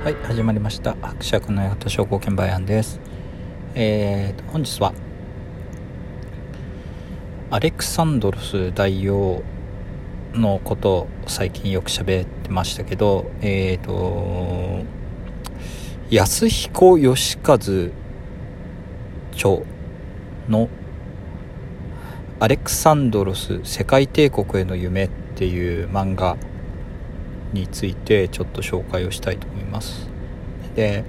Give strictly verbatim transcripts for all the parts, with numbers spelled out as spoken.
はい、始まりました。伯爵の八幡証券売案です。えーと、本日はアレクサンドロス大王のことを最近よく喋ってましたけど、えーと安彦義和著のアレクサンドロス世界帝国への夢っていう漫画についてちょっと紹介をしたいと思います。で、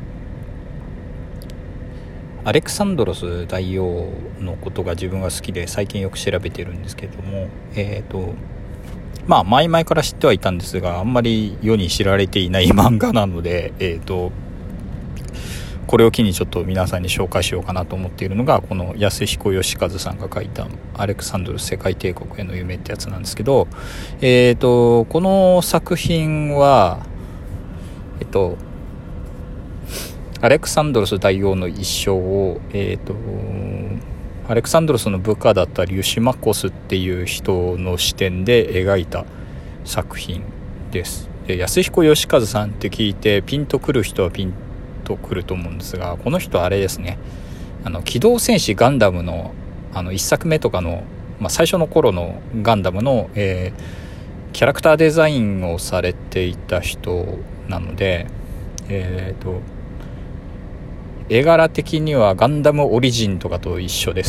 アレクサンドロス大王のことが自分が好きで最近よく調べてるんですけれども、えーとまあ前々から知ってはいたんですが、あんまり世に知られていない漫画なので、えーとこれを機にちょっと皆さんに紹介しようかなと思っているのが、この安彦義和さんが書いたアレクサンドロス世界帝国への夢ってやつなんですけど、えーとこの作品はえっとアレクサンドロス大王の一生を、えーとアレクサンドロスの部下だったリュシマコスっていう人の視点で描いた作品です。で、安彦義和さんって聞いてピンとくる人はピンとくると思うんですが、この人あれですね、あの機動戦士ガンダムのあのいっさくめとかの、まあ、最初の頃のガンダムの、えー、キャラクターデザインをされていた人なので、えーと絵柄的にはガンダムオリジンとかと一緒です。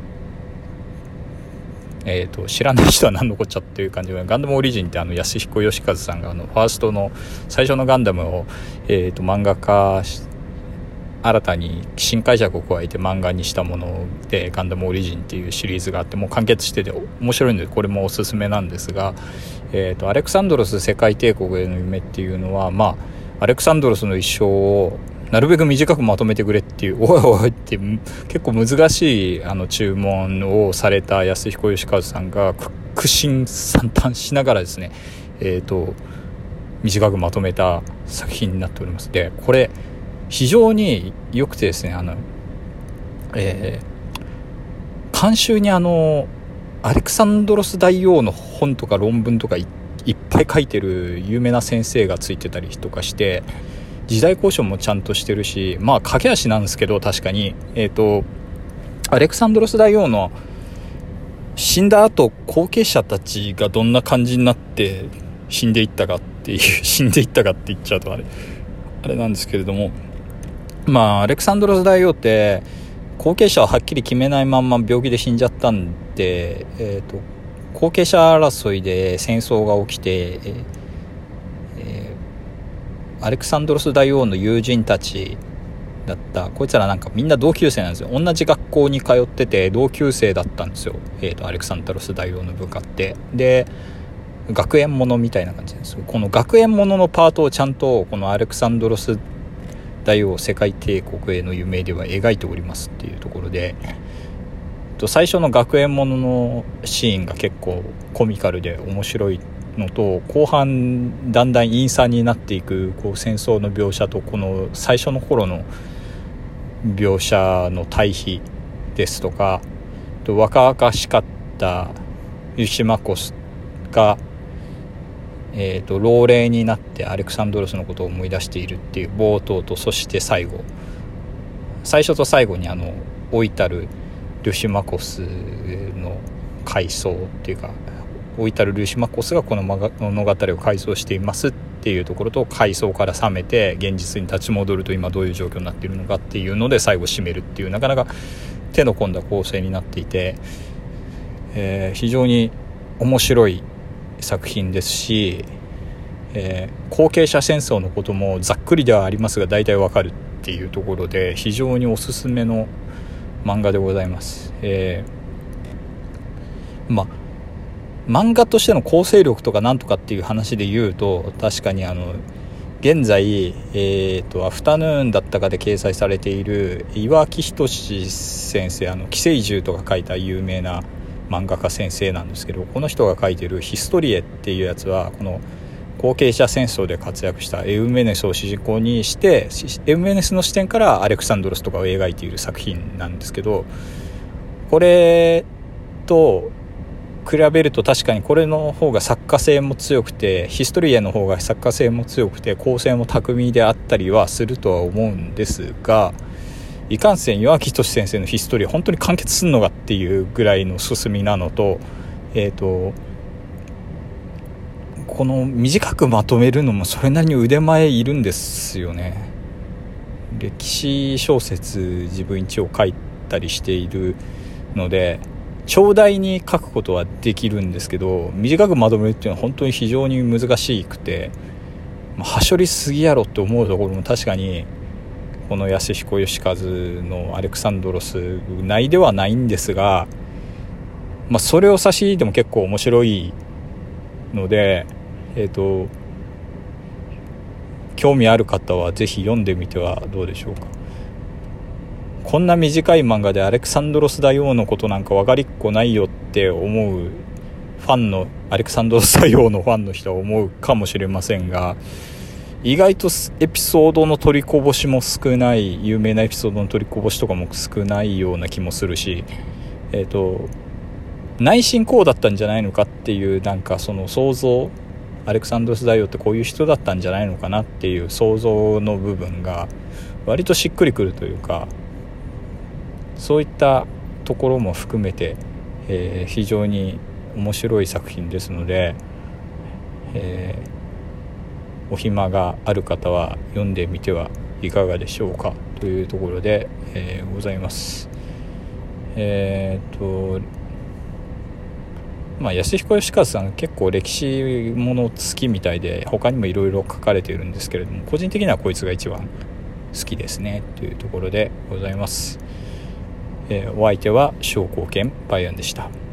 えーと知らない人は何のこっちゃっていう感じで、ガンダムオリジンってあの安彦義和さんがあのファーストの最初のガンダムを、えーと漫画化し新たに新解釈を加えて漫画にしたもので、ガンダムオリジンっていうシリーズがあって、もう完結してて面白いのでこれもおすすめなんですが、えーとアレクサンドロス世界帝国への夢っていうのは、まあアレクサンドロスの一生をなるべく短くまとめてくれっていう、おいおいって結構難しいあの注文をされた安彦義和さんが苦心惨憺しながらですね、えーと短くまとめた作品になっております。で、これ非常に良くてですね、あの、えー、監修にあのアレクサンドロス大王の本とか論文とか い, いっぱい書いてる有名な先生がついてたりとかして、時代交渉もちゃんとしてるし、まあ駆け足なんですけど、確かにえっとアレクサンドロス大王の死んだ後後継者たちがどんな感じになって死んでいったかっていう死んでいったかって言っちゃうとあれあれなんですけれども、まあアレクサンドロス大王って後継者をはっきり決めないまんま病気で死んじゃったんで、えっと後継者争いで戦争が起きて、えーえーアレクサンドロス大王の友人たちだったこいつらなんかみんな同級生なんですよ。同じ学校に通ってて同級生だったんですよ、えーとアレクサンドロス大王の部下って。で、学園ものみたいな感じです。この学園もののパートをちゃんとこのアレクサンドロス大王世界帝国への夢では描いておりますっていうところで、最初の学園もののシーンが結構コミカルで面白いのと、後半だんだん陰惨になっていくこう戦争の描写と、この最初の頃の描写の対比ですとか、と若々しかったユシマコスが、えー、と老齢になってアレクサンドロスのことを思い出しているっていう冒頭と、そして最後最初と最後にあの老いたるリュシマコスの回想っていうか、老いたるリュシマコスがこの物語を回想していますっていうところと、回想から覚めて現実に立ち戻ると今どういう状況になっているのかっていうので最後締めるっていう、なかなか手の込んだ構成になっていて、えー、非常に面白い作品ですし、えー、後継者戦争のこともざっくりではありますが大体わかるっていうところで非常におすすめの漫画でございます。えー、まあ漫画としての構成力とかなんとかっていう話で言うと、確かにあの現在、えー、とアフタヌーンだったかで掲載されている岩木仁先生、あの寄生獣とか書いた有名な漫画家先生なんですけど、この人が書いているヒストリエっていうやつは、この後継者戦争で活躍したエウメネスを主人公にして、エウメネスの視点からアレクサンドロスとかを描いている作品なんですけど、これと比べると確かにこれの方が作家性も強くて、ヒストリエの方が作家性も強くて構成も巧みであったりはするとは思うんですが、いかんせん岩城俊先生のヒストリア本当に完結すんのかっていうぐらいの進みなのと、えーとこの短くまとめるのもそれなりに腕前いるんですよね。歴史小説自分一応書いたりしているので長大に書くことはできるんですけど、短くまとめるっていうのは本当に非常に難しくて、まあ、はしょりすぎやろって思うところも確かにこの安彦義和のアレクサンドロス内ではないんですが、まあ、それを差し引いても結構面白いので、えーと興味ある方はぜひ読んでみてはどうでしょうか。こんな短い漫画でアレクサンドロス大王のことなんか分かりっこないよって思うファンのアレクサンドロス大王のファンの人は思うかもしれませんが、意外とエピソードの取りこぼしも少ない、有名なエピソードの取りこぼしとかも少ないような気もするし、えーと内心こうだったんじゃないのかっていうなんかその想像、アレクサンドロス大王ってこういう人だったんじゃないのかなっていう想像の部分が割としっくりくるというか、そういったところも含めて、えー、非常に面白い作品ですので、えー、お暇がある方は読んでみてはいかがでしょうかというところで、えー、ございます。えー、っとまあ、安彦義和さん結構歴史もの好きみたいで他にもいろいろ書かれているんですけれども、個人的にはこいつが一番好きですねというところでございます。えー、お相手は商工研バイアンでした。